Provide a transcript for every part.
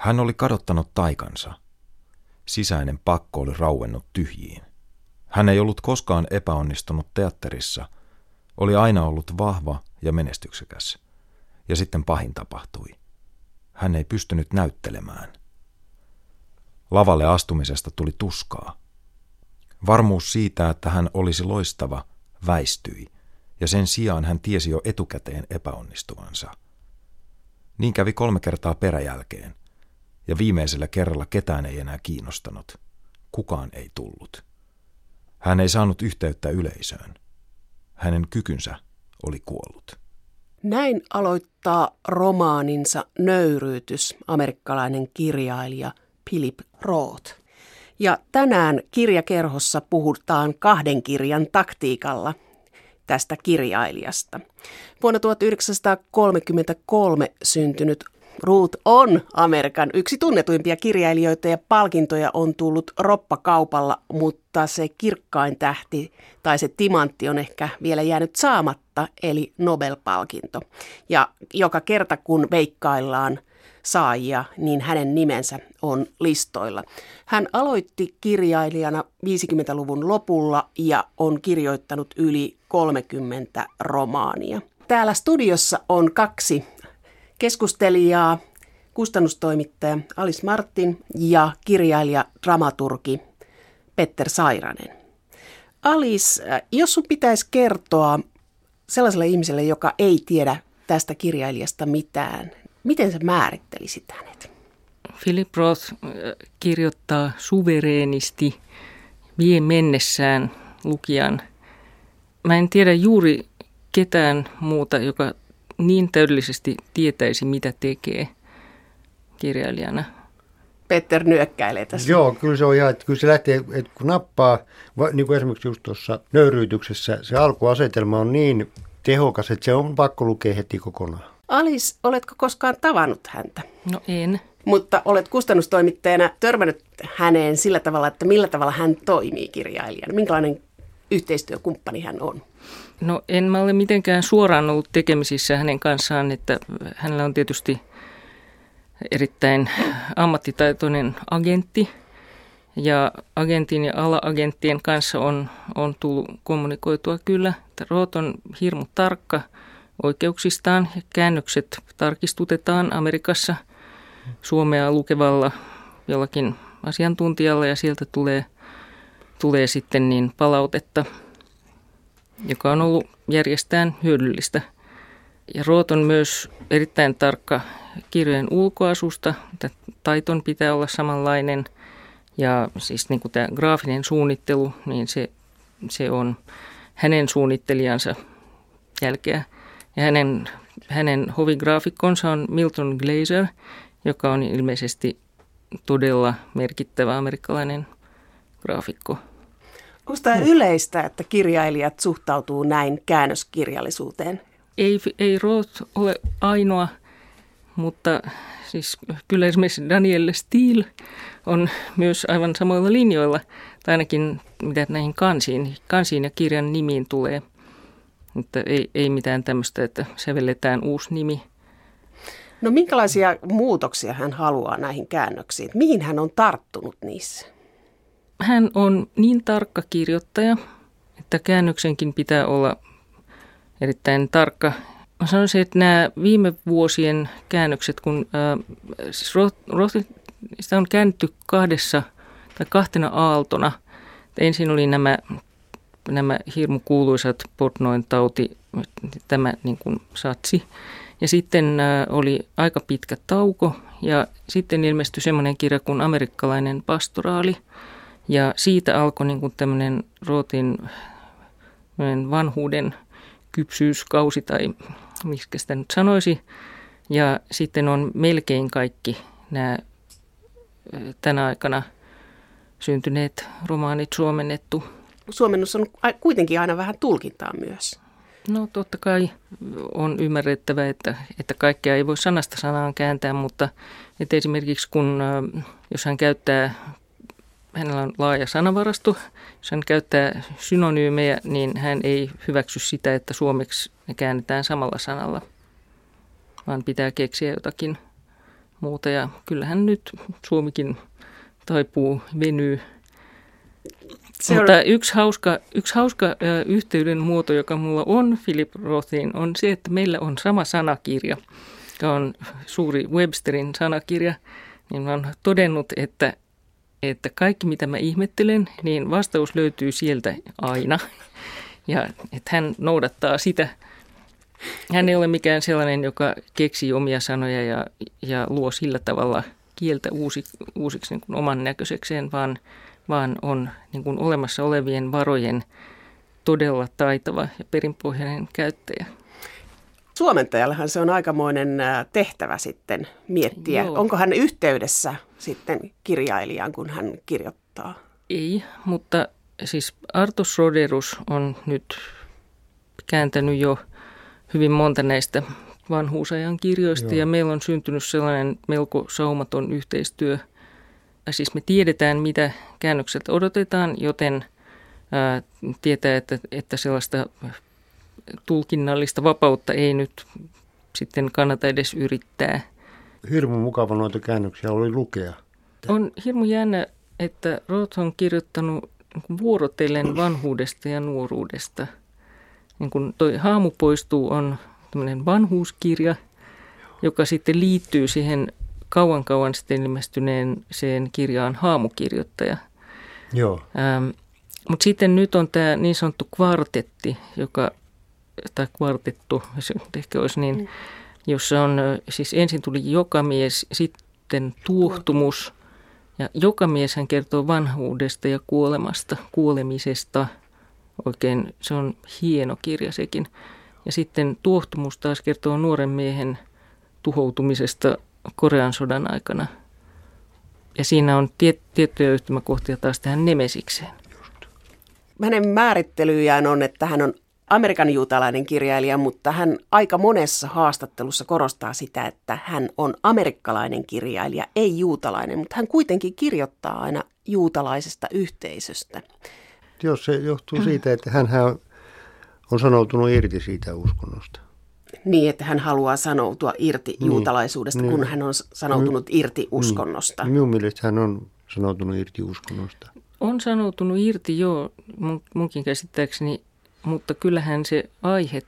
Hän oli kadottanut taikansa. Sisäinen pakko oli rauennut tyhjiin. Hän ei ollut koskaan epäonnistunut teatterissa. Oli aina ollut vahva ja menestyksekäs. Ja sitten pahin tapahtui. Hän ei pystynyt näyttelemään. Lavalle astumisesta tuli tuskaa. Varmuus siitä, että hän olisi loistava, väistyi, ja sen sijaan hän tiesi jo etukäteen epäonnistuvansa. Niin kävi 3 kertaa peräjälkeen, ja viimeisellä kerralla ketään ei enää kiinnostanut. Kukaan ei tullut. Hän ei saanut yhteyttä yleisöön. Hänen kykynsä oli kuollut. Näin aloittaa romaaninsa Nöyryytys amerikkalainen kirjailija Philip Roth. Ja tänään kirjakerhossa puhutaan 2 kirjan taktiikalla tästä kirjailijasta. Vuonna 1933 syntynyt Roth on Amerikan yksi tunnetuimpia kirjailijoita ja palkintoja on tullut roppakaupalla, mutta se kirkkain tähti tai se timantti on ehkä vielä jäänyt saamatta, eli Nobel-palkinto. Ja joka kerta kun veikkaillaan saajia, niin hänen nimensä on listoilla. Hän aloitti kirjailijana 50-luvun lopulla ja on kirjoittanut yli 30 romaania. Täällä studiossa on 2 keskustelijaa, kustannustoimittaja Alice Martin ja kirjailija, dramaturgi Petter Sairanen. Alice, jos sun pitäisi kertoa sellaiselle ihmiselle, joka ei tiedä tästä kirjailijasta mitään, miten sä määrittelisit hänet? Philip Roth kirjoittaa suvereenisti, vie mennessään lukijan. Mä en tiedä juuri ketään muuta, joka niin täydellisesti tietäisi, mitä tekee kirjailijana. Petter nyökkäilee tässä. Joo, kyllä se on ihan, että kyllä se lähtee, että kun nappaa, niin kuin esimerkiksi just tuossa Nöyryytyksessä, se alkuasetelma on niin tehokas, että se on pakko lukea heti kokonaan. Alice, oletko koskaan tavannut häntä? No en. Mutta olet kustannustoimittajana törmännyt häneen sillä tavalla, että millä tavalla hän toimii kirjailijana? Minkälainen yhteistyökumppani hän on? No en mä ole mitenkään suoraan ollut tekemisissä hänen kanssaan, että hänellä on tietysti erittäin ammattitaitoinen agentti. Ja agentin ja ala-agenttien kanssa on tullut kommunikoitua kyllä. Roth on hirmu tarkka oikeuksistaan ja käännökset tarkistutetaan Amerikassa suomea lukevalla jollakin asiantuntijalla ja sieltä tulee sitten niin palautetta, joka on ollut järjestään hyödyllistä. Ja Roth on myös erittäin tarkka kirjojen ulkoasusta, että taiton pitää olla samanlainen ja siis niin kuin tämä graafinen suunnittelu, niin se on hänen suunnittelijansa jälkeä. Ja hänen hovigraafikkonsa on Milton Glaser, joka on ilmeisesti todella merkittävä amerikkalainen graafikko. Onko tämä yleistä, että kirjailijat suhtautuu näin käännöskirjallisuuteen? Ei Roth ole ainoa, mutta siis kyllä esimerkiksi Danielle Steele on myös aivan samoilla linjoilla, tai ainakin mitä näihin kansiin ja kirjan nimiin tulee. Mutta ei mitään tämmöistä, että sävelletään uusi nimi. No minkälaisia muutoksia hän haluaa näihin käännöksiin? Mihin hän on tarttunut niissä? Hän on niin tarkka kirjoittaja, että käännöksenkin pitää olla erittäin tarkka. Mä sanoisin, että nämä viime vuosien käännökset, kun sitä on käännetty 2 aaltona. Ensin oli nämä hirmu kuuluisat Portnoin tauti, tämä niin kuin satsi. Ja sitten oli aika pitkä tauko ja sitten ilmestyi semmoinen kirja kuin Amerikkalainen pastoraali. Ja siitä alkoi niin kuin tämmöinen Rothin vanhuuden kypsyyskausi tai miksi sitä nyt sanoisi. Ja sitten on melkein kaikki nämä tänä aikana syntyneet romaanit suomennettu. Suomennus on kuitenkin aina vähän tulkintaa myös. No totta kai on ymmärrettävä, että kaikkea ei voi sanasta sanaan kääntää, mutta että esimerkiksi jos hän käyttää, hänellä on laaja sanavarasto, jos hän käyttää synonyymejä, niin hän ei hyväksy sitä, että suomeksi ne käännetään samalla sanalla, vaan pitää keksiä jotakin muuta. Ja kyllähän nyt Suomikin taipuu, venyy. Mutta yksi hauska yhteyden muoto, joka mulla on Philip Rothiin, on se, että meillä on sama sanakirja, joka on suuri Websterin sanakirja. Niin mä oon todennut, että kaikki mitä mä ihmettelen, niin vastaus löytyy sieltä aina. Ja että hän noudattaa sitä. Hän ei ole mikään sellainen, joka keksii omia sanoja ja luo sillä tavalla kieltä uusiksi niin kuin oman näköisekseen, vaan on niin kuin olemassa olevien varojen todella taitava ja perinpohjainen käyttäjä. Suomentajallahan se on aikamoinen tehtävä sitten miettiä. Joo. Onko hän yhteydessä sitten kirjailijaan, kun hän kirjoittaa? Ei, mutta siis Artus Roderus on nyt kääntänyt jo hyvin monta näistä vanhuusajan kirjoista. Joo. Ja meillä on syntynyt sellainen melko saumaton yhteistyö. Siis me tiedetään, mitä käännökseltä odotetaan, joten tietää, että sellaista tulkinnallista vapautta ei nyt sitten kannata edes yrittää. Hirmu mukava noita käännöksiä oli lukea. On hirmu jännä, että Roth on kirjoittanut vuorotellen vanhuudesta ja nuoruudesta. Niin kun toi Haamu poistuu on tämmöinen vanhuuskirja, joka sitten liittyy siihen kauan sitten ilmestyneeseen kirjaan Haamukirjoittaja. Joo. Mutta sitten nyt on tämä niin sanottu kvartetti, tai kvartettu, se ehkä olisi niin, jossa on siis ensin tuli Jokamies, sitten Tuohtumus. Ja Jokamies hän kertoo vanhuudesta ja kuolemisesta. Oikein se on hieno kirja sekin. Ja sitten Tuohtumus taas kertoo nuoren miehen tuhoutumisesta Korean sodan aikana. Ja siinä on tiettyjä yhtymäkohtia taas tähän Nemesikseen. Hänen määrittelyjään on, että hän on Amerikan juutalainen kirjailija, mutta hän aika monessa haastattelussa korostaa sitä, että hän on amerikkalainen kirjailija, ei juutalainen, mutta hän kuitenkin kirjoittaa aina juutalaisesta yhteisöstä. Joo, se johtuu siitä, että hän on sanoutunut irti siitä uskonnosta. Niin, että hän haluaa sanoutua irti juutalaisuudesta, kun hän on sanoutunut irti uskonnosta. Minun mielestä hän on sanoutunut irti uskonnosta. On sanoutunut irti, joo, munkin käsittääkseni, mutta kyllähän se aihe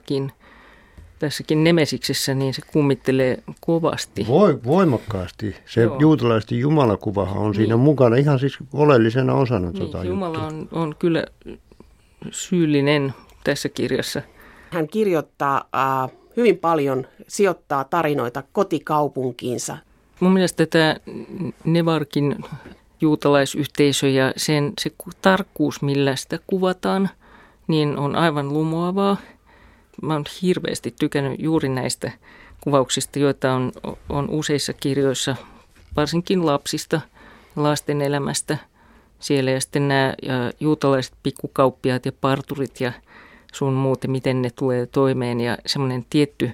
tässäkin Nemesiksessä, niin se kummittelee kovasti. Voimakkaasti. Se juutalaisten jumalakuvahan on siinä mukana ihan siis oleellisena osana niin, Jumala on kyllä syyllinen tässä kirjassa. Hän kirjoittaa hyvin paljon, sijoittaa tarinoita kotikaupunkiinsa. Mun mielestä tämä Nevarkin juutalaisyhteisö ja se tarkkuus, millä sitä kuvataan, niin on aivan lumoavaa. Mä oon hirveästi tykännyt juuri näistä kuvauksista, joita on useissa kirjoissa, varsinkin lapsista, lasten elämästä siellä. Ja sitten nämä juutalaiset pikkukauppiaat ja parturit ja sun muut, miten ne tulee toimeen. Ja semmoinen tietty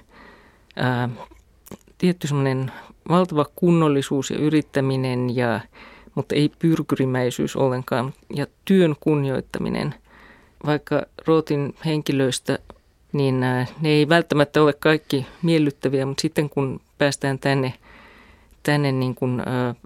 semmoinen valtava kunnollisuus ja yrittäminen, mutta ei pyrkyrimäisyys ollenkaan. Ja työn kunnioittaminen. Vaikka Rothin henkilöistä, niin ne ei välttämättä ole kaikki miellyttäviä, mutta sitten kun päästään tänne niin kuin,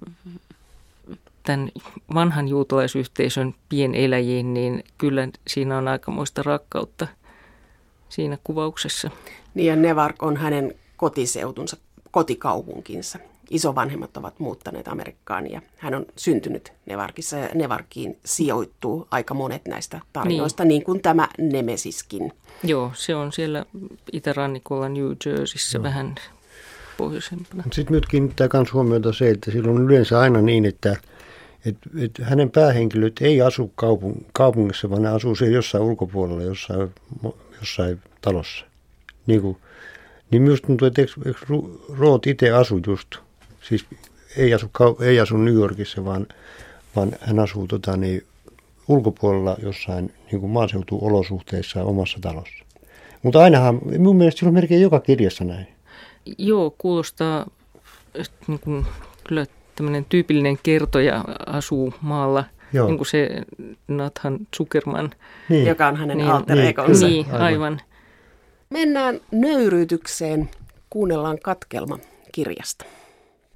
tämän vanhan juutalaisyhteisön pieneläjiin, niin kyllä siinä on aikamoista rakkautta siinä kuvauksessa. Niin ja Nevark on hänen kotiseutunsa, kotikaupunkinsa. Isovanhemmat ovat muuttaneet Amerikkaan ja hän on syntynyt Nevarkissa ja Nevarkiin sijoittuu aika monet näistä tarinoista, niin kuin tämä Nemesiskin. Joo, se on siellä itärannikolla New Jerseyssä vähän pohjoisempana. Sitten nyt kiinnittää myös huomiota se, että silloin on yleensä aina niin, että hänen päähenkilöt ei asu kaupungissa, vaan ne asuu siellä jossain ulkopuolella, jossain talossa. Niin minusta tuntuu, että Roth itse asui just, siis ei asu New Yorkissa, vaan hän asuu ulkopuolella jossain niin kuin maaseutuolosuhteissa omassa talossa. Mutta ainahan, minun mielestä sillä on melkein joka kirjassa näin. Joo, kuulostaa niin kuin, kyllä tämmöinen tyypillinen kertoja asuu maalla, joo. Niin kuin se Nathan Zuckerman. Niin. Joka on hänen alter egonsa. Niin, aivan. Mennään nöyryytykseen, kuunnellaan katkelma kirjasta.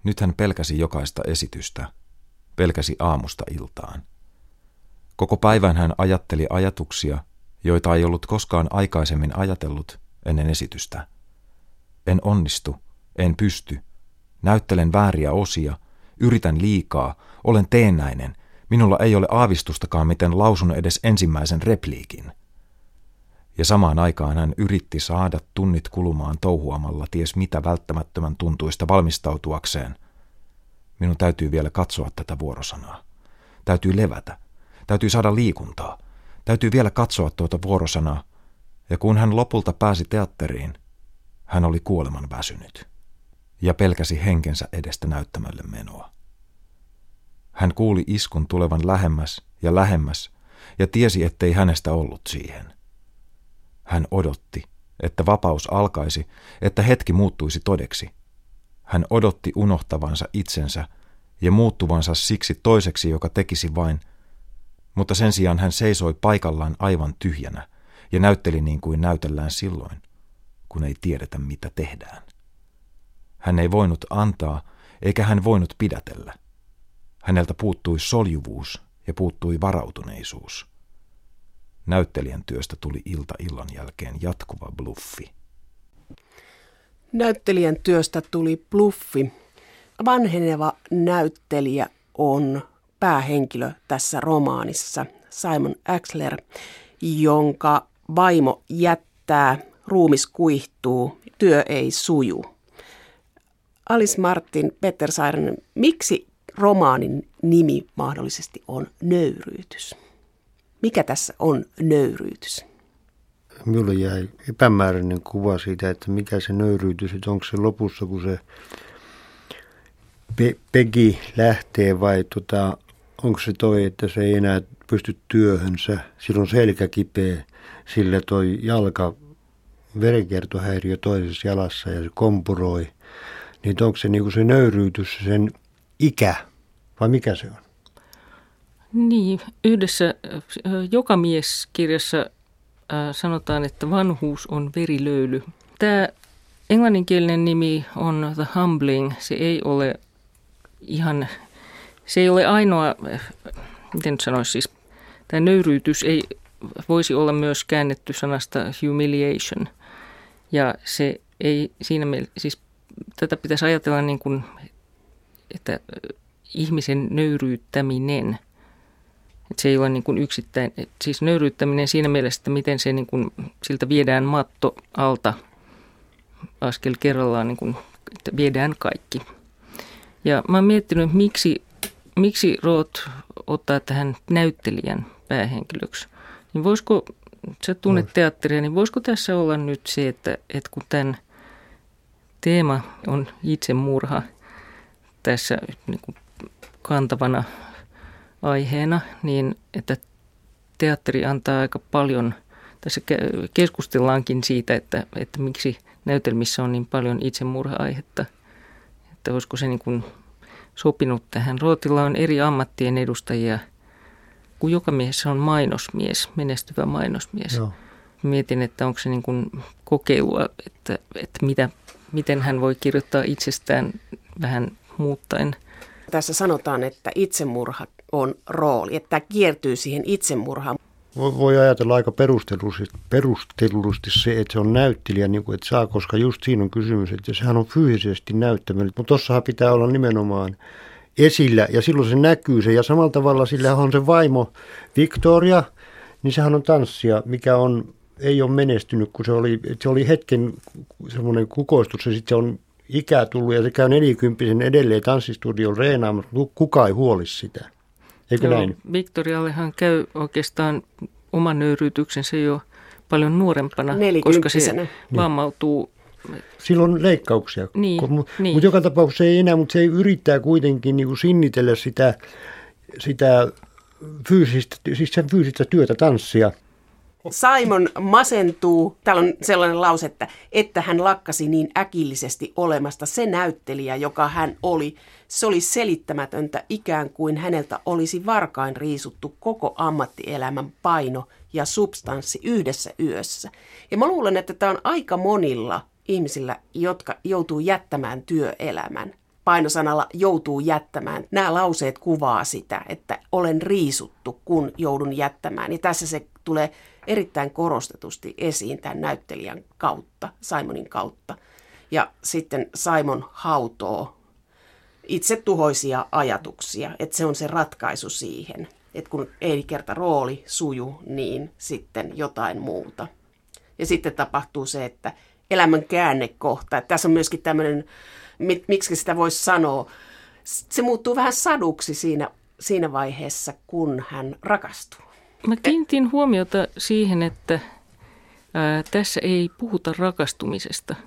Nyt hän pelkäsi jokaista esitystä, pelkäsi aamusta iltaan. Koko päivän hän ajatteli ajatuksia, joita ei ollut koskaan aikaisemmin ajatellut ennen esitystä. En onnistu, en pysty, näyttelen vääriä osia, yritän liikaa, olen teennäinen, minulla ei ole aavistustakaan, miten lausun edes ensimmäisen repliikin. Ja samaan aikaan hän yritti saada tunnit kulumaan touhuamalla ties mitä välttämättömän tuntuista valmistautuakseen. Minun täytyy vielä katsoa tätä vuorosanaa. Täytyy levätä. Täytyy saada liikuntaa. Täytyy vielä katsoa tuota vuorosanaa. Ja kun hän lopulta pääsi teatteriin, hän oli kuoleman väsynyt ja pelkäsi henkensä edestä näyttämölle menoa. Hän kuuli iskun tulevan lähemmäs ja tiesi, ettei hänestä ollut siihen. Hän odotti, että vapaus alkaisi, että hetki muuttuisi todeksi. Hän odotti unohtavansa itsensä ja muuttuvansa siksi toiseksi, joka tekisi vain, mutta sen sijaan hän seisoi paikallaan aivan tyhjänä ja näytteli niin kuin näytellään silloin, kun ei tiedetä mitä tehdään. Hän ei voinut antaa, eikä hän voinut pidätellä. Häneltä puuttui soljuvuus ja puuttui varautuneisuus. Näyttelijän työstä tuli ilta illan jälkeen jatkuva bluffi. Näyttelijän työstä tuli bluffi. Vanheneva näyttelijä on päähenkilö tässä romaanissa, Simon Axler, jonka vaimo jättää, ruumis kuihtuu, työ ei suju. Alice Martin Pettersaaren, miksi romaanin nimi mahdollisesti on Nöyryytys? Mikä tässä on nöyryytys? Minulle jäi epämääräinen kuva siitä, että mikä se nöyryytys, että onko se lopussa, kun se Peggy lähtee vai onko se että se ei enää pysty työhönsä, silloin selkä kipeä, sillä toi jalka, verenkiertohäiriö toisessa jalassa ja se kompuroi, niin onko se niinku se nöyryytys, sen ikä vai mikä se on? Niin, yhdessä Joka mies-kirjassa sanotaan, että vanhuus on verilöyly. Tämä englanninkielinen nimi on The Humbling. Se ei ole ainoa, miten nyt sanoisi siis, tämä nöyryytys ei voisi olla myös käännetty sanasta humiliation. Ja se ei siinä mielessä, siis tätä pitäisi ajatella niin kuin, että ihmisen nöyryyttäminen, että se ei ole niin kuin yksittäin, siis nöyryyttäminen siinä mielessä, että miten se niin kuin, siltä viedään matto alta askel kerrallaan, niin kuin, että viedään kaikki. Ja mä oon miettinyt, miksi Roth ottaa tähän näyttelijän päähenkilöksi. Niin voisiko, sä tunnet teatteria, niin voisiko tässä olla nyt se, että kun tämän teema on itsemurha tässä niin kuin kantavana aiheena, niin että teatteri antaa aika paljon, tässä keskustellaankin siitä, että miksi näytelmissä on niin paljon itsemurha-aihetta, että olisiko se niin kuin sopinut tähän. Rothilla on eri ammattien edustajia, kun joka miehessä on mainosmies, menestyvä mainosmies. Joo. Mietin, että onko se niin kuin kokeilua, että miten hän voi kirjoittaa itsestään vähän muuttaen. Tässä sanotaan, että itsemurha on rooli, että kiertyy siihen itsemurhaan. Voi ajatella aika perustellusti se, että se on näyttelijä, niin kuin, että saa, koska just siinä on kysymys, että sehän on fyysisesti näyttämällä. Mutta tossahan pitää olla nimenomaan esillä ja silloin se näkyy se. Ja samalla tavalla sillä on se vaimo Victoria, niin sehän on tanssija, mikä ei ole menestynyt, kun se oli hetken semmoinen kukoistus ja sitten se on ikää tullut ja se käy 40 edelleen tanssistudiolla reenaamassa, kukaan ei huolisi sitä. Eikö näin? Victoriallehan käy oikeastaan oman nöyryytyksensä jo paljon nuorempana, koska se vammautuu. Silloin leikkauksia. Niin. Mutta joka tapauksessa ei enää, mutta se yrittää kuitenkin niin kuin sinnitellä sitä fyysistä työtä, tanssia. Simon masentuu, täällä on sellainen lause, että hän lakkasi niin äkillisesti olemasta se näyttelijä, joka hän oli. Se oli selittämätöntä, ikään kuin häneltä olisi varkain riisuttu koko ammattielämän paino ja substanssi yhdessä yössä. Ja mä luulen, että tämä on aika monilla ihmisillä, jotka joutuu jättämään työelämän. painosanalla joutuu jättämään. Nämä lauseet kuvaa sitä, että olen riisuttu, kun joudun jättämään. Ja tässä se tulee erittäin korostetusti esiin tämän näyttelijän kautta, Simonin kautta. Ja sitten Simon hautoo itsetuhoisia ajatuksia, että se on se ratkaisu siihen. Että kun ei kerta rooli suju, niin sitten jotain muuta. Ja sitten tapahtuu se, että elämän käännekohta. Että tässä on myöskin tämmöinen, miksi sitä voisi sanoa, se muuttuu vähän saduksi siinä vaiheessa, kun hän rakastuu. Mä kiinnitin huomiota siihen, että tässä ei puhuta rakastumisesta.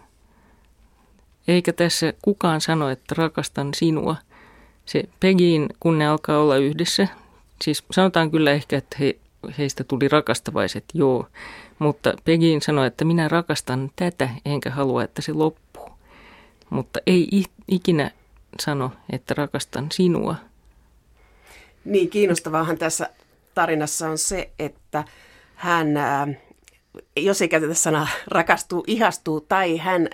Eikä tässä kukaan sano, että rakastan sinua. Se Peggyin, kun ne alkaa olla yhdessä, siis sanotaan kyllä ehkä, että heistä tuli rakastavaiset, joo. Mutta Peggyin sanoi, että minä rakastan tätä, enkä halua, että se loppuu. Mutta ei ikinä sano, että rakastan sinua. Niin, kiinnostavaahan tässä tarinassa on se, että hän, jos ei käytetä sanaa rakastuu, ihastuu, tai hän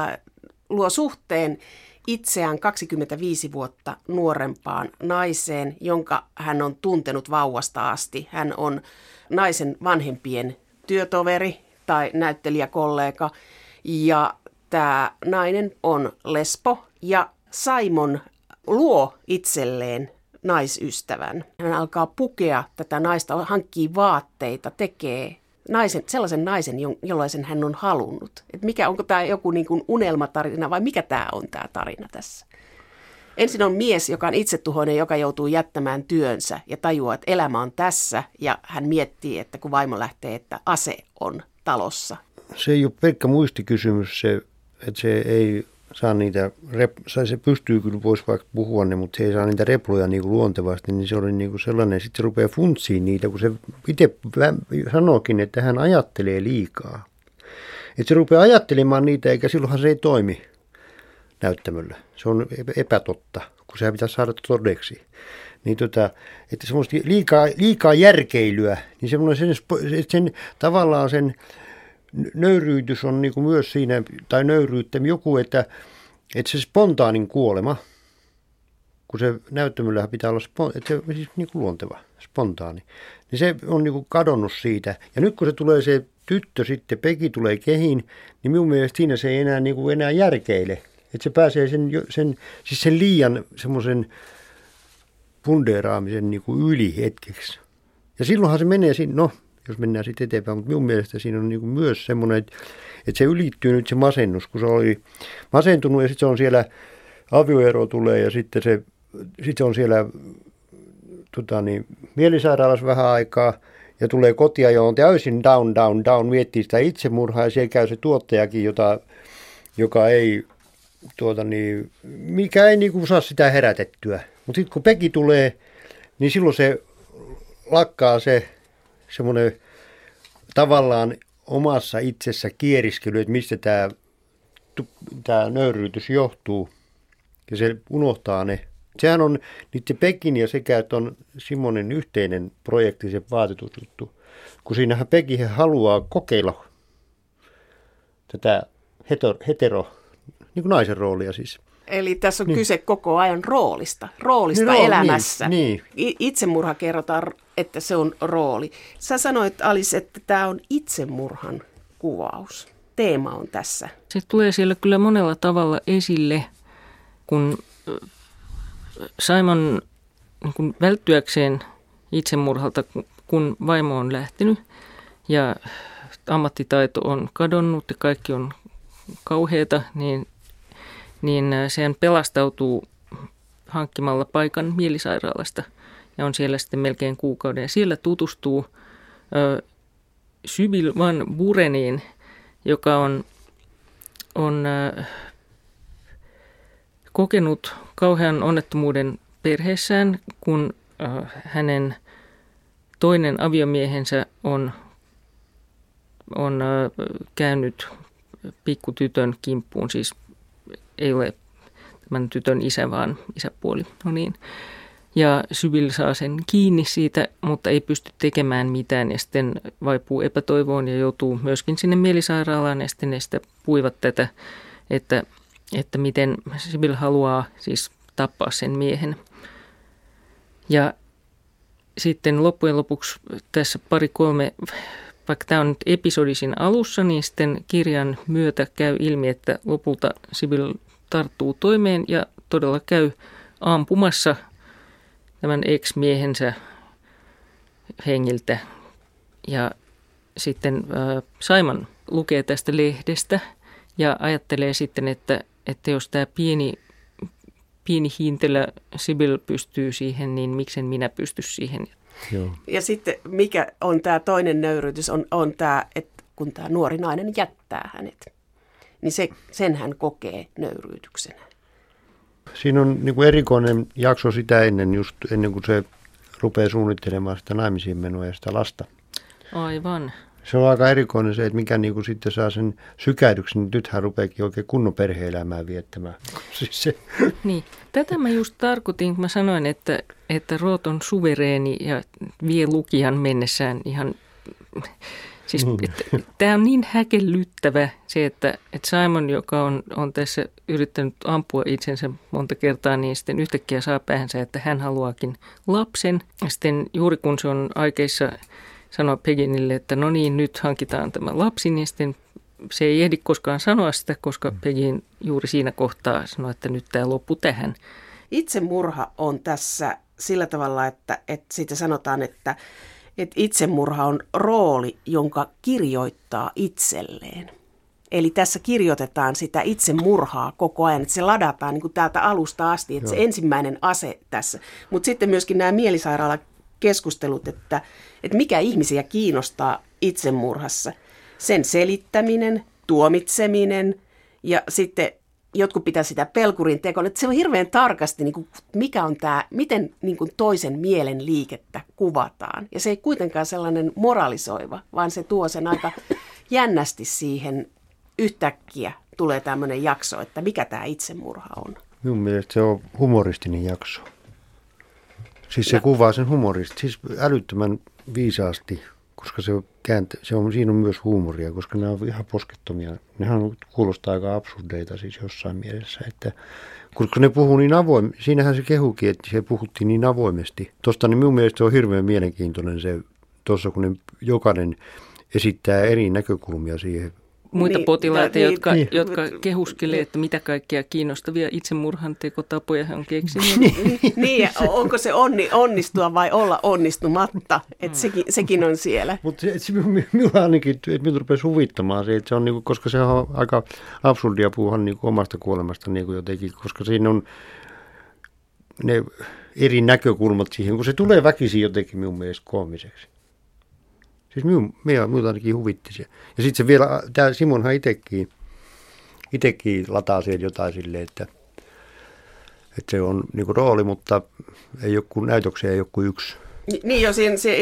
luo suhteen itseään 25 vuotta nuorempaan naiseen, jonka hän on tuntenut vauvasta asti. Hän on naisen vanhempien työtoveri tai näyttelijäkollega, ja tämä nainen on lesbo, ja Simon luo itselleen naisystävän. Hän alkaa pukea tätä naista, hankkii vaatteita, tekee sellaisen naisen, jollaisen hän on halunnut. Onko tämä joku niin kuin unelmatarina vai mikä tämä on tämä tarina tässä? Ensin on mies, joka on itsetuhoinen, joka joutuu jättämään työnsä ja tajuaa, että elämä on tässä. Ja hän miettii, että kun vaimo lähtee, että ase on talossa. Se ei ole pelkkä muistikysymys, että se ei saa niitä, se pystyy kyllä, voisi vaikka puhua ne, mutta se ei saa niitä reploja niin kuin luontevasti, niin se oli niin kuin sellainen, sitten se rupeaa funtsiin niitä, kun se itse sanookin, että hän ajattelee liikaa. Että se rupeaa ajattelemaan niitä, eikä silloinhan se ei toimi näyttämöllä. Se on epätotta, kun sehän pitäisi saada todeksi. Niin että semmoista liikaa järkeilyä, niin semmoinen sen tavallaan sen nöyryytys on niin kuin myös siinä, tai nöyryyttä joku, että se spontaanin kuolema, kun se näyttämöllähän pitää olla, että se on siis niin kuin luonteva, spontaani, niin se on niin kuin kadonnut siitä. Ja nyt kun se tulee se tyttö sitten, Peggy tulee kehiin, niin minun mielestä siinä se ei enää, niin kuin enää järkeile. Että se pääsee sen liian semmoisen fundeeraamisen niin kuin yli hetkeksi. Ja silloinhan se menee siinä, no jos mennään sitten eteenpäin, mutta minun mielestä siinä on niin kuin myös semmoinen, että se ylittyy nyt se masennus, kun se oli masentunut ja sitten se on siellä, avioero tulee ja sitten se on siellä mielisairaalassa vähän aikaa ja tulee kotia ja on täysin down, miettii sitä itsemurhaa ja siellä käy se tuottajakin, joka ei, mikä ei niin kuin saa sitä herätettyä. Mutta sitten kun Peggy tulee, niin silloin se lakkaa se semmoinen tavallaan omassa itsessä kieriskely, että mistä tämä nöyryytys johtuu. Ja se unohtaa ne. Sehän on niiden Peggyn ja sekä, että on Simonin yhteinen projekti, se vaatetusjuttu. Kun siinähän Peggy haluaa kokeilla tätä hetero, niin kuin naisen roolia siis. Eli tässä on kyse koko ajan roolista elämässä. Niin. Itsemurha kerrotaan, että se on rooli. Sä sanoit, Alice, että tämä on itsemurhan kuvaus. Teema on tässä. Se tulee siellä kyllä monella tavalla esille, kun Simon kun välttyäkseen itsemurhalta, kun vaimo on lähtenyt ja ammattitaito on kadonnut ja kaikki on kauheata, niin sehän pelastautuu hankkimalla paikan mielisairaalasta ja on siellä sitten melkein kuukauden. Ja siellä tutustuu Sybil Van Bureniin, joka on kokenut kauhean onnettomuuden perheessään, kun hänen toinen aviomiehensä on käynyt pikkutytön kimppuun, siis ei ole tämän tytön isä, vaan isäpuoli. No niin. Ja Sybil saa sen kiinni siitä, mutta ei pysty tekemään mitään ja sitten vaipuu epätoivoon ja joutuu myöskin sinne mielisairaalaan ja sitten ne sitä puivat tätä, että että miten Sibyl haluaa siis tappaa sen miehen. Ja sitten loppujen lopuksi tässä 2-3, vaikka tämä on nyt episodisin alussa, niin sitten kirjan myötä käy ilmi, että lopulta Sibyl tarttuu toimeen ja todella käy ampumassa tämän ex-miehensä hengiltä. Ja sitten Simon lukee tästä lehdestä ja ajattelee sitten, että jos tämä pieni hiintelä Sibyl pystyy siihen, niin miksen minä pysty siihen. Joo. Ja sitten mikä on tämä toinen nöyryytys, on tämä, että kun tämä nuori nainen jättää hänet, niin sen hän kokee nöyryytyksenä. Siinä on niin kuin erikoinen jakso sitä just ennen kuin se rupeaa suunnittelemaan sitä naimisiin menoa ja sitä lasta. Aivan. Se on aika erikoinen se, että mikä niin kuin sitten saa sen sykähdyksen, niin nythän rupeakin oikein kunnon perhe-elämää viettämään. Siis se. Niin, tätä mä just tarkoitin, kun mä sanoin, että Roth on suvereeni ja vie lukijan mennessään ihan. Siis tämä on niin häkellyttävä se, että Simon, joka on tässä yrittänyt ampua itsensä monta kertaa, niin sitten yhtäkkiä saa päähänsä, että hän haluaakin lapsen. Sitten juuri kun se on aikeissa sanoa Paginille, että no niin, nyt hankitaan tämä lapsi, niin sitten se ei ehdi koskaan sanoa sitä, koska Pagin juuri siinä kohtaa sanoo, että nyt tämä loppu tähän. Itsemurha on tässä sillä tavalla, että siitä sanotaan, että itsemurha on rooli, jonka kirjoittaa itselleen. Eli tässä kirjoitetaan sitä itsemurhaa koko ajan, että se ladataan niin kuin täältä alusta asti, että se ensimmäinen ase tässä. Mutta sitten myöskin nämä mielisairaalakeskustelut, että mikä ihmisiä kiinnostaa itsemurhassa. Sen selittäminen, tuomitseminen ja sitten jotkut pitää sitä pelkurin tekoa. Että se on hirveän tarkasti, niin kuin, mikä on tämä, miten niin kuin toisen mielen liikettä kuvataan. Ja se ei kuitenkaan sellainen moralisoiva, vaan se tuo sen aika jännästi siihen yhtäkkiä tulee tämmöinen jakso, että mikä tämä itsemurha on. Minun mielestä se on humoristinen jakso. Siis se kuvaa sen siis älyttömän viisaasti, koska siinä on myös huumoria, koska nämä on ihan poskettomia. Nehän kuulostaa aika absurdeita siis jossain mielessä, että koska ne puhuu niin avoimesti, siinähän se kehukin, että se puhuttiin niin avoimesti. Tuosta niin minun mielestä se on hirveän mielenkiintoinen se, tuossa kun ne jokainen esittää eri näkökulmia siihen. Muita potilaita, jotka kehuskelee, että mitä kaikkia kiinnostavia itsemurhan tekotapoja hän on keksinyt. Niin, onko se onnistua vai olla onnistumatta, että sekin on siellä. Mutta minulla ainakin, että minut rupesi huvittamaan se, että se on niinku, koska se on aika absurdia puhua niinku omasta kuolemasta niinku jotenkin, koska siinä on ne eri näkökulmat siihen, kun se tulee väkisin jotenkin minun mielestä koomiseksi. Siis minua ainakin huvitti se. Ja sitten se vielä, tämä Simonhan itsekin lataa siihen jotain silleen, että se on niinku rooli, mutta ei ole kuin näytöksiä, ei ole kuin yksi. Niin jo,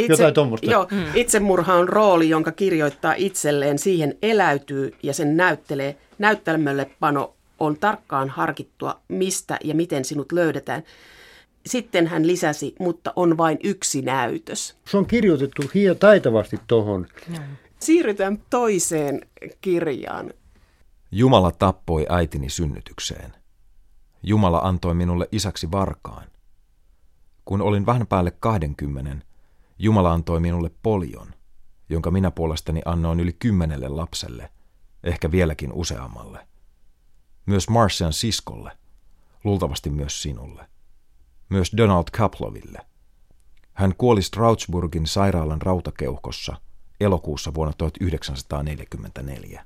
itsemurha on rooli, jonka kirjoittaa itselleen, siihen eläytyy ja sen näyttelee. Näyttämöllepano on tarkkaan harkittua, mistä ja miten sinut löydetään. Sitten hän lisäsi, mutta on vain yksi näytös. Se on kirjoitettu taitavasti tuohon. Siirrytään toiseen kirjaan. Jumala tappoi äitini synnytykseen. Jumala antoi minulle isäksi varkaan. Kun olin vähän päälle 20, Jumala antoi minulle polion, jonka minä puolestani annoin yli 10 lapselle, ehkä vieläkin useammalle. Myös Marcian siskolle, luultavasti myös sinulle. Myös Donald Kaploville. Hän kuoli Strasbourgin sairaalan rautakeuhkossa elokuussa vuonna 1944.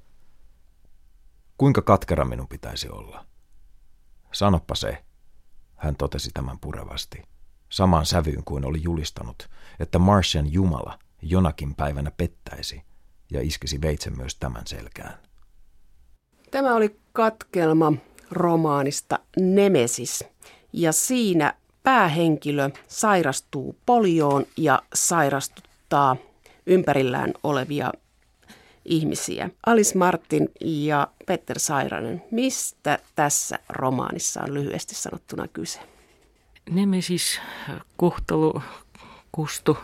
Kuinka katkera minun pitäisi olla? Sanoppa se, hän totesi tämän purevasti, samaan sävyyn kuin oli julistanut, että Marcian Jumala jonakin päivänä pettäisi ja iskisi veitsen myös tämän selkään. Tämä oli katkelma romaanista Nemesis. Ja siinä päähenkilö sairastuu polioon ja sairastuttaa ympärillään olevia ihmisiä. Alice Martin ja Petter Sairanen, mistä tässä romaanissa on lyhyesti sanottuna kyse? Nemesis, kohtalo, kosto.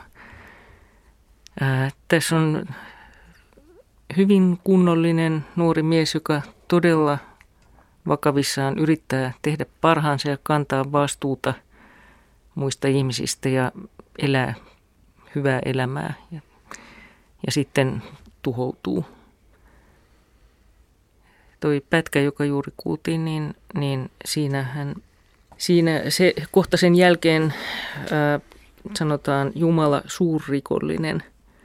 Tässä on hyvin kunnollinen nuori mies, joka todella vakavissaan yrittää tehdä parhaansa ja kantaa vastuuta muista ihmisistä ja elää hyvää elämää ja sitten tuhoutuu. Toi pätkä, joka juuri kuultiin, niin siinä se kohta sen jälkeen sanotaan Jumala suurrikollinen,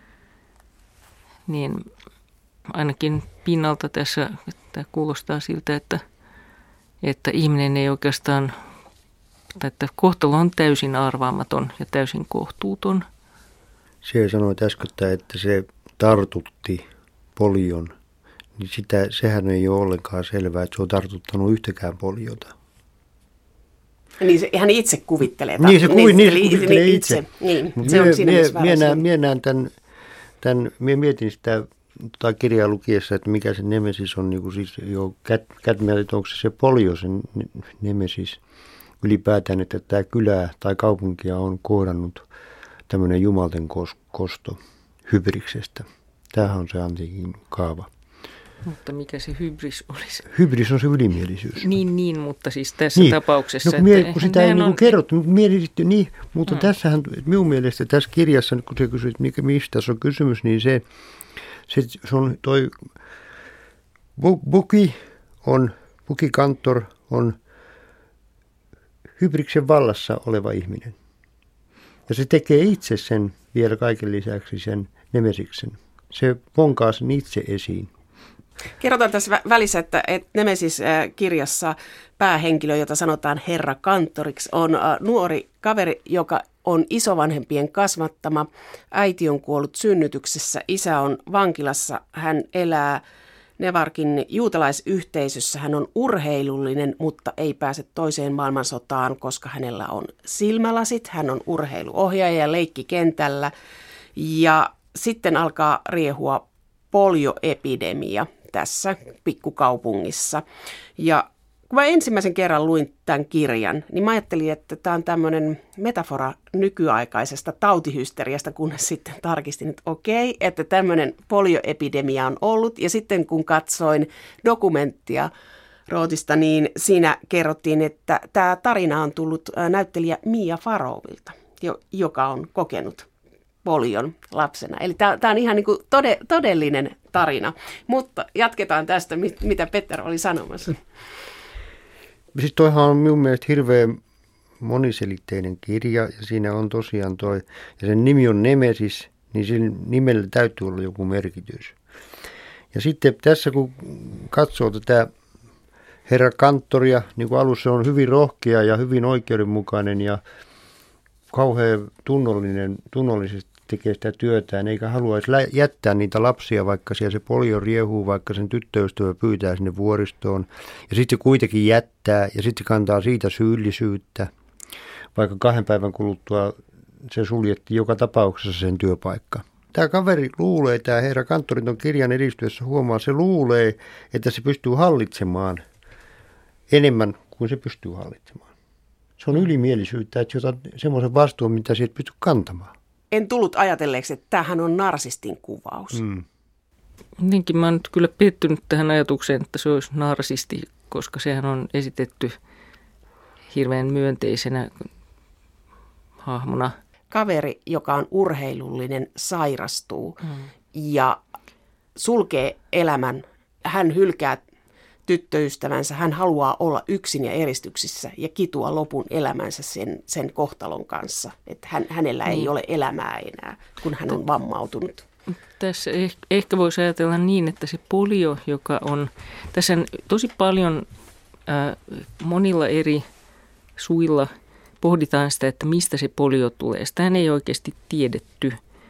niin ainakin pinnalta tässä tämä kuulostaa siltä, että ihminen ei oikeastaan, tai että kohtalo on täysin arvaamaton ja täysin kohtuuton. Se sanoi äsken, että se tartutti polion, niin sehän ei ole ollenkaan selvää, että se on tartuttanut yhtäkään poliota. Niin hän itse kuvittelee. Niin se kuvittelee itse. Niin, se on siinä minä näen minä mietin sitä kirjaa lukiessa, että mikä se nemesis on, niin kuin siis jo kätmiä, että onko se polio sen nemesis ylipäätään, että tämä kylää tai kaupunkia on kohdannut tämmöinen jumalten kosto hybriksestä. Tämähän on se antiikin kaava. Mutta mikä se hybris olisi? Hybris on se ylimielisyys. Niin, mutta siis tässä tapauksessa. No, kun sitä ei niin kerrottu, mutta tässähän minun mielestä tässä kirjassa, kun se kysyt, mistä tässä on kysymys, niin se on toi Bukikantor on hybriksen vallassa oleva ihminen. Ja se tekee itse sen vielä kaiken lisäksi sen nemesiksen. Se vonkaa sen itse esiin. Kerrotaan tässä välissä, että Nemesis-kirjassa päähenkilö, jota sanotaan Herra Kantoriksi, on nuori kaveri, joka on isovanhempien kasvattama. Äiti on kuollut synnytyksessä, isä on vankilassa, hän elää Nevarkin juutalaisyhteisössä. Hän on urheilullinen, mutta ei pääse toiseen maailmansotaan, koska hänellä on silmälasit. Hän on urheiluohjaaja leikkikentällä ja sitten alkaa riehua polioepidemia tässä pikkukaupungissa. Ja kun mä ensimmäisen kerran luin tämän kirjan, niin mä ajattelin, että tämä on tämmöinen metafora nykyaikaisesta tautihysteriasta, kunnes sitten tarkistin, että okei, että tämmöinen polioepidemia on ollut. Ja sitten kun katsoin dokumenttia Rootista, niin siinä kerrottiin, että tämä tarina on tullut näyttelijä Mia Farrowilta, joka on kokenut polion lapsena. Eli tämä on ihan niin kuin todellinen tarina. Mutta jatketaan tästä, mitä Petter oli sanomassa. Siis toihan on minun mielestä hirveän moniselitteinen kirja, ja siinä on tosiaan ja sen nimi on Nemesis, niin sillä nimellä täytyy olla joku merkitys. Ja sitten tässä kun katsoo tätä Herra Kantoria, niin kuin alussa on hyvin rohkea ja hyvin oikeudenmukainen ja kauhean tunnollisesti tekee sitä työtään, eikä haluaisi jättää niitä lapsia, vaikka siellä se polio riehuu, vaikka sen tyttöystävä pyytää sinne vuoristoon. Ja sitten se kuitenkin jättää ja sitten kantaa siitä syyllisyyttä, vaikka 2 päivän kuluttua se suljettiin joka tapauksessa sen työpaikka. Tämä kaveri luulee, tämä Herra Kantorin ton kirjan edistyessä huomaa, se luulee, että se pystyy hallitsemaan enemmän kuin se pystyy hallitsemaan. Se on ylimielisyyttä, että jotain semmoisen vastuun, mitä siitä pystyy kantamaan. En tullut ajatelleeksi, että tämähän on narsistin kuvaus. Jotenkin mä oon nyt kyllä pettynyt tähän ajatukseen, että se olisi narsisti, koska sehän on esitetty hirveän myönteisenä hahmona. Kaveri, joka on urheilullinen, sairastuu ja sulkee elämän. Hän hylkää tyttöystävänsä, hän haluaa olla yksin ja eristyksissä ja kitua lopun elämänsä sen kohtalon kanssa. Että hänellä ei ole elämää enää, kun hän on vammautunut. Tässä ehkä voisi ajatella niin, että se polio, joka on, tässä on tosi paljon monilla eri suilla pohditaan sitä, että mistä se polio tulee. Sitähän ei oikeasti tiedetty.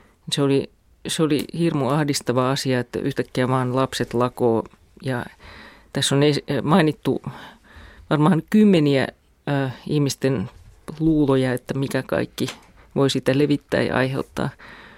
Se oli hirmu ahdistava asia, että yhtäkkiä vaan lapset lakoo ja tässä on mainittu varmaan kymmeniä ihmisten luuloja, että mikä kaikki voi sitä levittää ja aiheuttaa.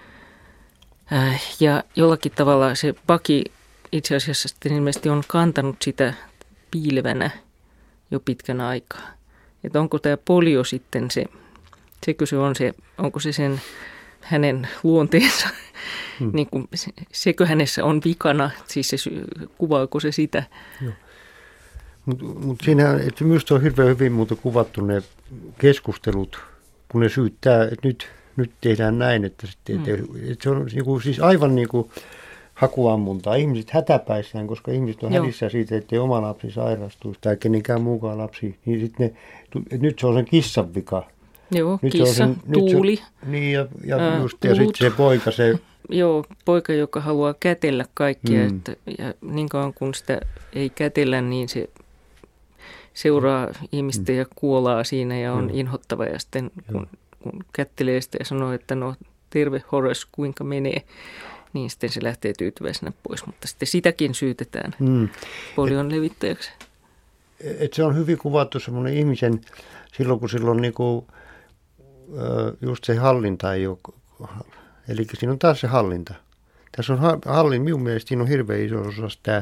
Ja jollakin tavalla se Paki itse asiassa sitten ilmeisesti on kantanut sitä piilevänä jo pitkän aikaa. Että onko tämä polio sitten sekö se on se, onko se sen hänen luonteensa, niin kuin, sekö hänessä on vikana, siis kuvaako se sitä? Joo. Mutta siinähän, että minusta on hirveän hyvin kuvattu ne keskustelut, kun ne syyttää, että nyt tehdään näin, että se on niinku, siis aivan niin kuin hakuammuntaa. Ihmiset hätäpäissään, koska ihmiset on hädissään siitä, ettei oma lapsi sairastuisi tai kenenkään muukaan lapsi. Niin sitten nyt se on sen kissan vika. Joo, nyt kissa, Tuuli. Niin ja sitten se poika. Joo, poika, joka haluaa kätellä kaikkia. Ja niin kauan kun sitä ei kätellä, niin se seuraa ihmistä ja kuolaa siinä ja on inhottava. Ja sitten kun kättelee sitä ja sanoo, että no terve Horace, kuinka menee, niin sitten se lähtee tyytyväisenä pois. Mutta sitten sitäkin syytetään polion levittäjäksi. Et se on hyvin kuvattu semmoinen ihmisen, silloin kun silloin niinku, just se hallinta ei ole, eli siinä on taas se hallinta. Tässä on minun mielestä siinä on hirveän iso osa tämä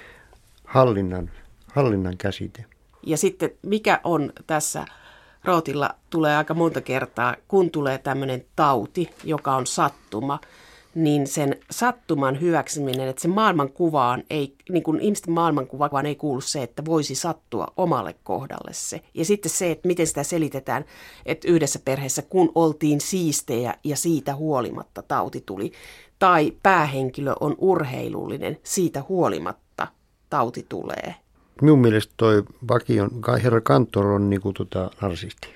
hallinnan käsite. Ja sitten mikä on tässä Rothilla tulee aika monta kertaa, kun tulee tämmöinen tauti, joka on sattuma, niin sen sattuman hyväksyminen, että se maailmankuvaan ei, niin kuin ihmisten maailmankuvaan ei kuulu se, että voisi sattua omalle kohdalle se. Ja sitten se, että miten sitä selitetään, että yhdessä perheessä, kun oltiin siistejä ja siitä huolimatta tauti tuli, tai päähenkilö on urheilullinen, siitä huolimatta tauti tulee. Minun mielestä toi herra Kantor on niinku narsisti.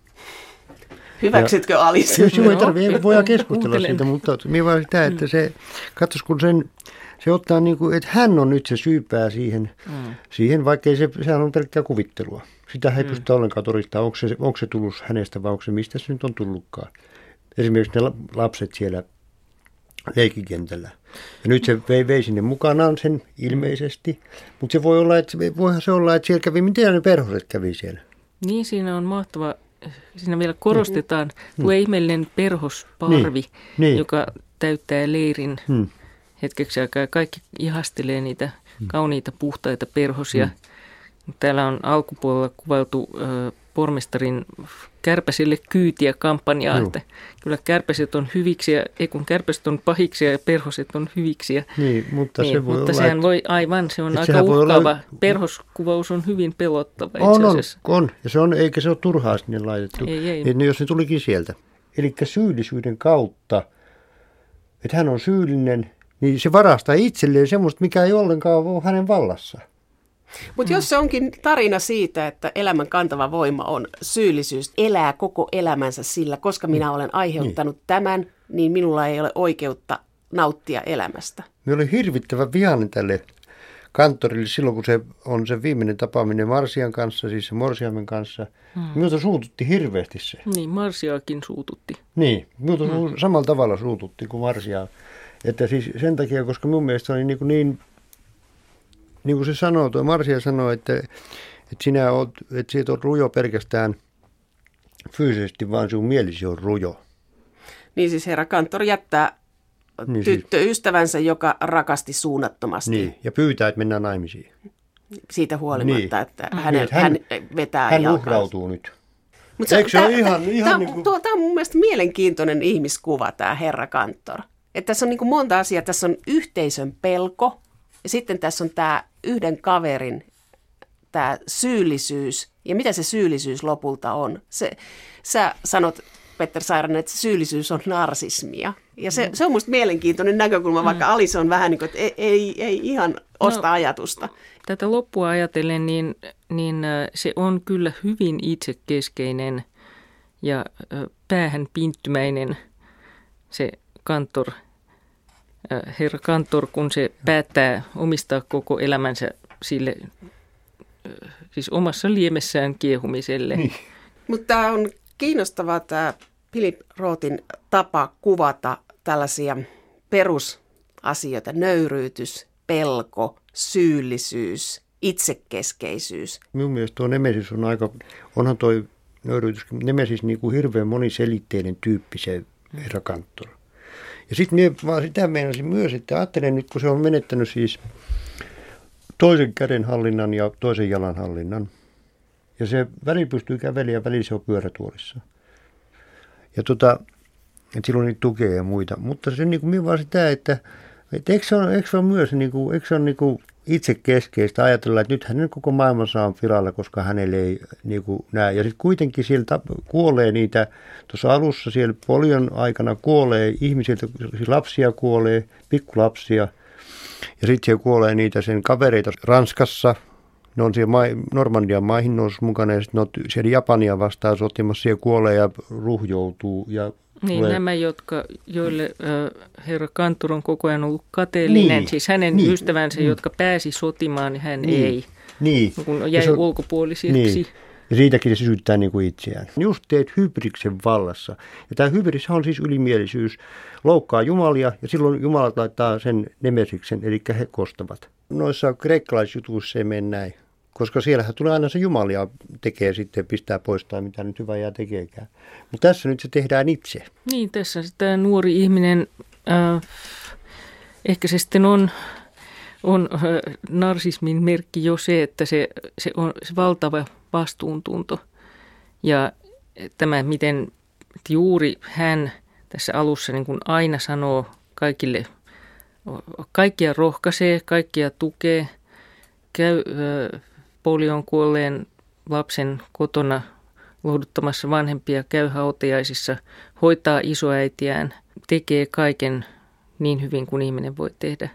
Hyväksytkö Alice? Ei voida keskustella siitä, mutta minä vaan sitä, että se, katsos kun se ottaa niinku, että hän on nyt se syypää siihen vaikkei sehän on pelkkää kuvittelua. Sitä ei pystytä ollenkaan todistamaan, onko se tullut hänestä vai onko se mistä se nyt on tullutkaan. Esimerkiksi ne lapset siellä leikikentällä. Ja nyt se vei sinne mukanaan sen ilmeisesti, mutta se voihan se olla, että siellä kävi, miten ne perhoset kävi siellä. Niin, siinä on mahtava. Siinä vielä korostetaan tuo ihmeellinen perhosparvi, joka täyttää leirin hetkeksi aikaa. Ja kaikki ihastelee niitä kauniita, puhtaita perhosia. Täällä on alkupuolella kuvailtu pormestarin kärpäsille kyytiä -kampanjaa, että kyllä kärpäset on hyviksiä, ei kun kärpäset on pahiksia ja perhoset on hyviksiä. Niin, mutta se voi mutta olla, sehän voi aivan, se on aika uhkaava. Perhoskuvaus on hyvin pelottava itse asiassa. On, ja se on, eikä se ole turhaa sinne laitettu, ei. Jos se tulikin sieltä. Eli syyllisyyden kautta, että hän on syyllinen, niin se varastaa itselleen semmoista, mikä ei ollenkaan ole hänen vallassa. Mutta jos se onkin tarina siitä, että elämän kantava voima on syyllisyys, elää koko elämänsä sillä, koska minä olen aiheuttanut tämän, niin minulla ei ole oikeutta nauttia elämästä. Minä olin hirvittävän vihainen tälle Kantorille silloin, kun se on se viimeinen tapaaminen Marsian kanssa, siis se Morsiamen kanssa. Minulta suututti hirveästi se. Niin, Marsiaakin suututti. Niin, minulta samalla tavalla suututti kuin Marsiaa. Että siis sen takia, koska mun mielestä oli niin kuin se sanoo, tuo Marsia sanoo, että siitä on rujo pelkästään fyysisesti, vaan sinun mielisi on rujo. Niin siis herra Kantor jättää tyttöystävänsä, joka rakasti suunnattomasti. Niin, ja pyytää, että mennään naimisiin. Siitä huolimatta, että hän vetää hän jalkaa. Hän uhrautuu nyt. Eikö se ole ihan niin kuin... Tämä on mun mielestä mielenkiintoinen ihmiskuva, tämä herra Kantor. Että tässä on niin kuin monta asiaa. Tässä on yhteisön pelko. Ja sitten tässä on tämä yhden kaverin tämä syyllisyys. Ja mitä se syyllisyys lopulta on? Sä sanot, Petter Sairanen, että syyllisyys on narsismia. Ja se on musta mielenkiintoinen näkökulma, vaikka Alice on vähän niin kuin, että ei ihan osta ajatusta. Tätä loppua ajatellen, niin se on kyllä hyvin itsekeskeinen ja päähän pinttymäinen se Kantor. Herra Kantor, kun se päättää omistaa koko elämänsä sille, siis omassa liemessään kiehumiselle. Niin. Mutta tämä on kiinnostavaa tämä Philip Rothin tapa kuvata tällaisia perusasioita, nöyryytys, pelko, syyllisyys, itsekeskeisyys. Minun mielestä tuo Nemesis on onhan tuo nöyryytys, Nemesis niin kuin hirveän moniselitteinen tyyppi se herra Kantor. Ja sitten minä sitä meinasin myös, että ajattelen nyt, kun se on menettänyt siis toisen käden hallinnan ja toisen jalan hallinnan. Ja se väli pystyy kävelemään ja väli se on pyörätuolissa. Ja että silloin niitä tukea ja muita. Mutta se niin kuin minä vaan sitä, että eikö se ole myös, niin kuin, eikö se ole niin kuin itse keskeistä ajatella, että nyt hänen koko maailmansa on pilalla, koska hänelle ei niin kuin näe. Ja sitten kuitenkin sieltä kuolee niitä, tuossa alussa siellä polion aikana kuolee ihmisiltä, lapsia kuolee, pikkulapsia. Ja sitten siellä kuolee niitä sen kavereita Ranskassa. Ne on siellä Normandian maihin noussut mukana ja sitten ne on siellä Japania vastaan sotimassa. Siellä kuolee ja ruhjoutuu. Ja niin, tulee... nämä, joille herra Kantor on koko ajan ollut kateellinen. Niin, siis hänen ystävänsä, jotka pääsi sotimaan, niin hän ei. Niin. Kun jäi ulkopuolisiksi. Niin. Ja siitäkin se syyttää niin kuin itseään. Just teet hybriksen vallassa. Ja tämä hybris on siis ylimielisyys. Loukkaa jumalia ja silloin jumalat laittaa sen nemesiksen, eli he kostavat. Noissa kreikkalaisjutuissa se ei mene näin. Koska siellähän tulee aina se jumalia tekee sitten, pistää poistaa mitä nyt hyvää tekeekään. Mutta tässä nyt se tehdään itse. Niin, tässä tämä nuori ihminen, ehkä se sitten on narsismin merkki jo se, että se on se valtava vastuuntunto. Ja tämä, miten juuri hän tässä alussa niin kuin aina sanoo kaikille, kaikkia rohkaisee, kaikkia tukee, käy polion kuolleen lapsen kotona lohduttamassa vanhempia, käy hautajaisissa, hoitaa isoäitiään, tekee kaiken niin hyvin kuin ihminen voi tehdä.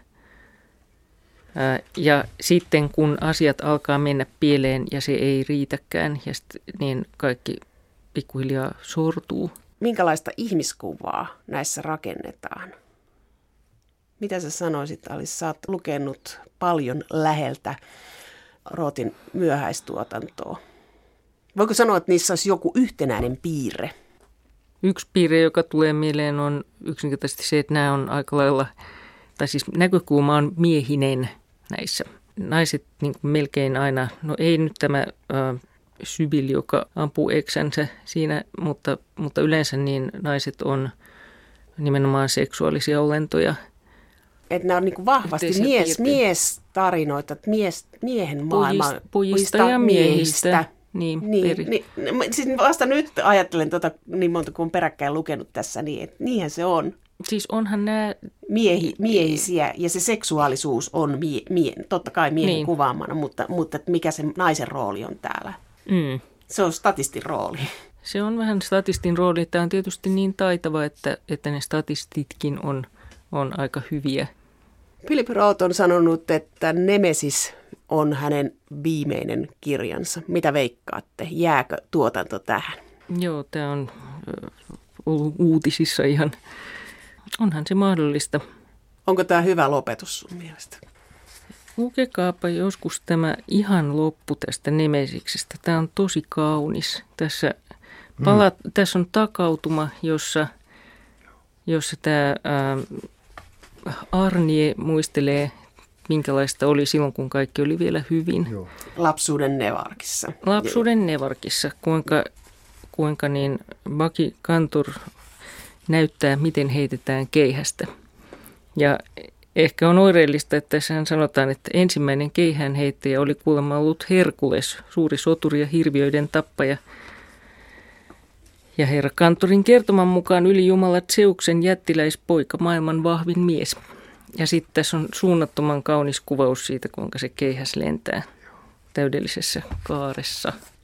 Ja sitten kun asiat alkaa mennä pieleen ja se ei riitäkään, niin kaikki pikkuhiljaa sortuu. Minkälaista ihmiskuvaa näissä rakennetaan? Mitä sä sanoisit, Alice? Sä oot lukenut paljon läheltä Rothin myöhäistuotantoa. Voiko sanoa, että niissä olisi joku yhtenäinen piirre? Yksi piirre, joka tulee mieleen, on yksinkertaisesti se, että nämä on aika lailla, tai siis näkökulma on miehinen näissä. Naiset niin kuin melkein aina, no ei nyt tämä Sybil, joka ampuu eksänsä siinä, mutta yleensä niin naiset on nimenomaan seksuaalisia olentoja. Että nämä on niin kuin vahvasti miestarinoita, että miehen maailma. Pojista ja miehistä. Niin. Siis vasta nyt ajattelen niin monta kuin peräkkäin lukenut tässä, niin että niinhän se on. Siis onhan nämä... Miehisiä ja se seksuaalisuus on totta kai miehen kuvaamana, mutta mikä se naisen rooli on täällä? Se on statistin rooli. Se on vähän statistin rooli. Tämä on tietysti niin taitava, että ne statistitkin on aika hyviä. Philip Roth on sanonut, että Nemesis on hänen viimeinen kirjansa. Mitä veikkaatte? Jääkö tuotanto tähän? Joo, tämä on ollut uutisissa ihan. Onhan se mahdollista. Onko tämä hyvä lopetus sun mielestä? Lukekaapa joskus tämä ihan loppu tästä Nemesiksestä. Tämä on tosi kaunis. Tässä on takautuma, jossa tämä Arnie muistelee, minkälaista oli silloin, kun kaikki oli vielä hyvin. Joo. Lapsuuden Nevarkissa. Lapsuuden Nevarkissa, kuinka niin Bucky Kantor näyttää, miten heitetään keihästä. Ja ehkä on oireellista, että tässä sanotaan, että ensimmäinen keihäänheittäjä oli kuulemma ollut Herkules, suuri soturi ja hirviöiden tappaja. Ja herra Kantorin kertoman mukaan ylijumala Zeuksen jättiläispoika, maailman vahvin mies. Ja sitten tässä on suunnattoman kaunis kuvaus siitä, kuinka se keihäs lentää täydellisessä kaaressa.